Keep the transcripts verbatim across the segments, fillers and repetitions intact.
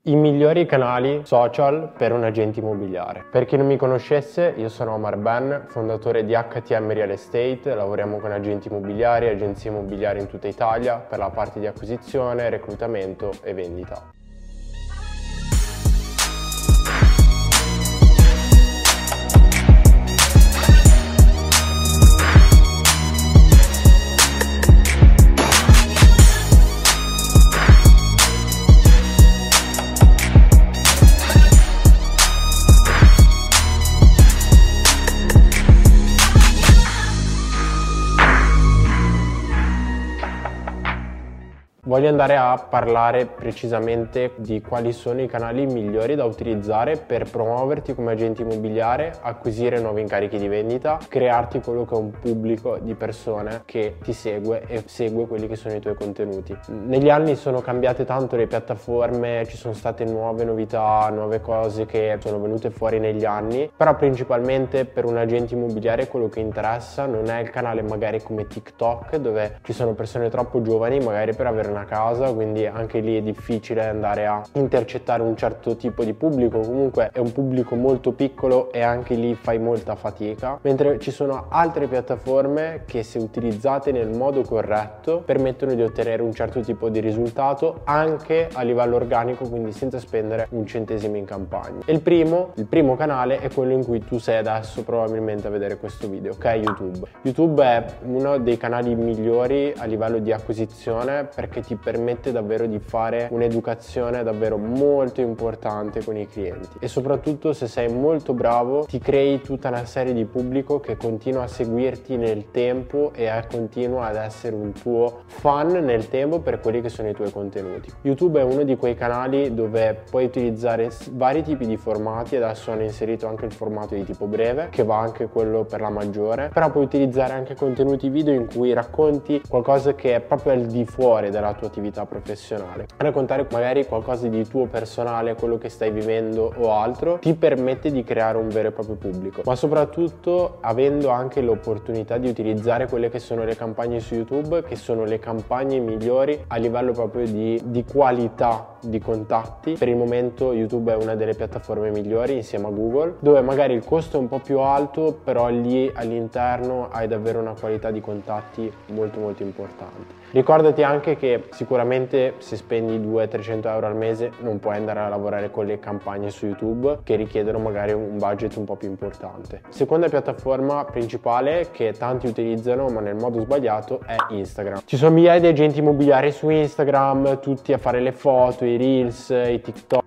I migliori canali social per un agente immobiliare. Per chi non mi conoscesse, io sono Omar Ben, fondatore di H T M Real Estate. Lavoriamo con agenti immobiliari e agenzie immobiliari in tutta Italia per la parte di acquisizione, reclutamento e vendita. Voglio andare a parlare precisamente di quali sono i canali migliori da utilizzare per promuoverti come agente immobiliare, acquisire nuovi incarichi di vendita, crearti quello che è un pubblico di persone che ti segue e segue quelli che sono i tuoi contenuti. Negli anni sono cambiate tanto le piattaforme, ci sono state nuove novità, nuove cose che sono venute fuori negli anni, però principalmente per un agente immobiliare quello che interessa non è il canale magari come TikTok, dove ci sono persone troppo giovani magari per avere una casa, quindi anche lì è difficile andare a intercettare un certo tipo di pubblico, comunque è un pubblico molto piccolo e anche lì fai molta fatica, mentre ci sono altre piattaforme che, se utilizzate nel modo corretto, permettono di ottenere un certo tipo di risultato anche a livello organico, quindi senza spendere un centesimo in campagna. E il primo, il primo canale è quello in cui tu sei adesso probabilmente a vedere questo video, che è YouTube. YouTube è uno dei canali migliori a livello di acquisizione perché ti permette davvero di fare un'educazione davvero molto importante con i clienti, e soprattutto se sei molto bravo ti crei tutta una serie di pubblico che continua a seguirti nel tempo e continua ad essere un tuo fan nel tempo per quelli che sono i tuoi contenuti. YouTube è uno di quei canali dove puoi utilizzare vari tipi di formati. Adesso hanno inserito anche il formato di tipo breve, che va anche quello per la maggiore, però puoi utilizzare anche contenuti video in cui racconti qualcosa che è proprio al di fuori della tua attività professionale. Raccontare magari qualcosa di tuo personale, quello che stai vivendo o altro, ti permette di creare un vero e proprio pubblico, ma soprattutto avendo anche l'opportunità di utilizzare quelle che sono le campagne su YouTube, che sono le campagne migliori a livello proprio di, di qualità di contatti. Per il momento YouTube è una delle piattaforme migliori insieme a Google, dove magari il costo è un po' più alto, però lì all'interno hai davvero una qualità di contatti molto molto importante. Ricordati anche che sicuramente se spendi duecento trecento euro al mese non puoi andare a lavorare con le campagne su YouTube che richiedono magari un budget un po' più importante. Seconda piattaforma principale che tanti utilizzano ma nel modo sbagliato è Instagram. Ci sono migliaia di agenti immobiliari su Instagram, tutti a fare le foto, i reels, i TikTok.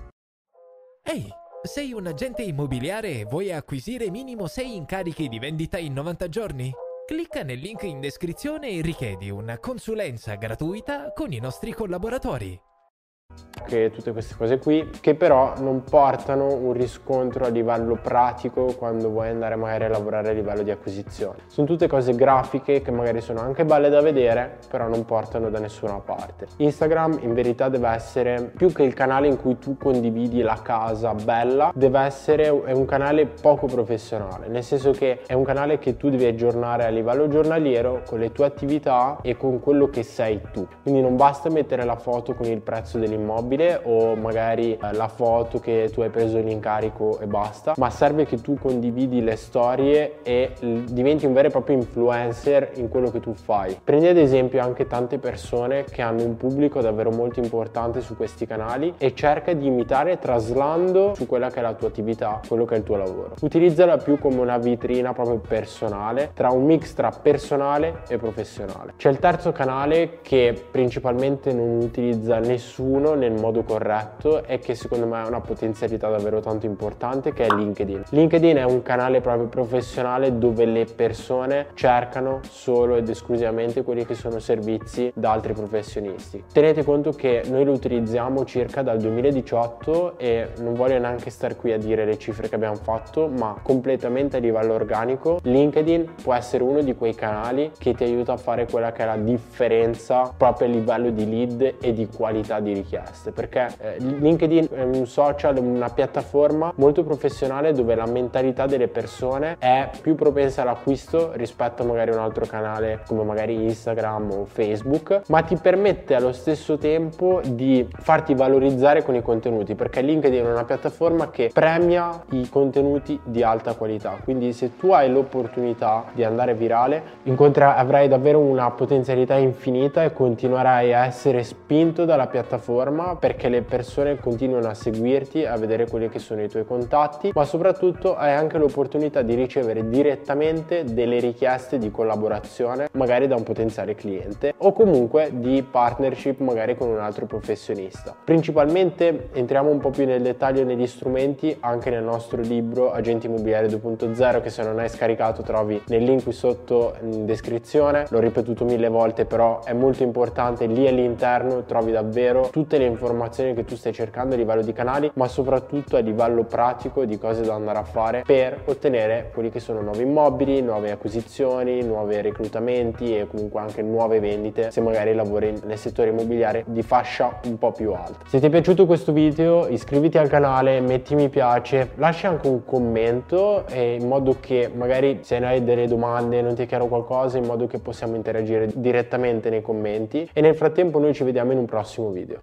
Ehi, sei un agente immobiliare e vuoi acquisire minimo sei incarichi di vendita in novanta giorni? Clicca nel link in descrizione e richiedi una consulenza gratuita con i nostri collaboratori. Che tutte queste cose qui, che però non portano un riscontro a livello pratico quando vuoi andare magari a lavorare a livello di acquisizione. Sono tutte cose grafiche che magari sono anche belle da vedere, però non portano da nessuna parte. Instagram in verità deve essere più che il canale in cui tu condividi la casa bella, deve essere è un canale poco professionale, nel senso che è un canale che tu devi aggiornare a livello giornaliero con le tue attività e con quello che sei tu. Quindi non basta mettere la foto con il prezzo dell'immobile o magari eh, la foto che tu hai preso l'incarico e basta, ma serve che tu condividi le storie e l- diventi un vero e proprio influencer in quello che tu fai. Prendi ad esempio anche tante persone che hanno un pubblico davvero molto importante su questi canali e cerca di imitare traslando su quella che è la tua attività, quello che è il tuo lavoro. Utilizzala più come una vetrina proprio personale, tra un mix tra personale e professionale. C'è il terzo canale che principalmente non utilizza nessuno nel modo corretto e che secondo me ha una potenzialità davvero tanto importante, che è LinkedIn. LinkedIn è un canale proprio professionale dove le persone cercano solo ed esclusivamente quelli che sono servizi da altri professionisti. Tenete conto che noi lo utilizziamo circa dal duemiladiciotto e non voglio neanche star qui a dire le cifre che abbiamo fatto, ma completamente a livello organico LinkedIn può essere uno di quei canali che ti aiuta a fare quella che è la differenza proprio a livello di lead e di qualità di richiesta. richieste, perché eh, LinkedIn è un social, una piattaforma molto professionale dove la mentalità delle persone è più propensa all'acquisto rispetto a magari un altro canale come magari Instagram o Facebook, ma ti permette allo stesso tempo di farti valorizzare con i contenuti, perché LinkedIn è una piattaforma che premia i contenuti di alta qualità. Quindi se tu hai l'opportunità di andare virale, incontrerai, avrai davvero una potenzialità infinita e continuerai a essere spinto dalla piattaforma, perché le persone continuano a seguirti, a vedere quelli che sono i tuoi contatti, ma soprattutto hai anche l'opportunità di ricevere direttamente delle richieste di collaborazione magari da un potenziale cliente o comunque di partnership magari con un altro professionista. Principalmente entriamo un po' più nel dettaglio negli strumenti anche nel nostro libro Agenti Immobiliari due punto zero, che se non hai scaricato trovi nel link qui sotto in descrizione. L'ho ripetuto mille volte, però è molto importante. Lì all'interno trovi davvero tutte le informazioni che tu stai cercando a livello di canali, ma soprattutto a livello pratico di cose da andare a fare per ottenere quelli che sono nuovi immobili, nuove acquisizioni, nuovi reclutamenti e comunque anche nuove vendite se magari lavori nel settore immobiliare di fascia un po' più alta. Se ti è piaciuto questo video, iscriviti al canale, metti mi piace, lascia anche un commento eh, in modo che magari se hai delle domande, non ti è chiaro qualcosa, in modo che possiamo interagire direttamente nei commenti, e nel frattempo noi ci vediamo in un prossimo video.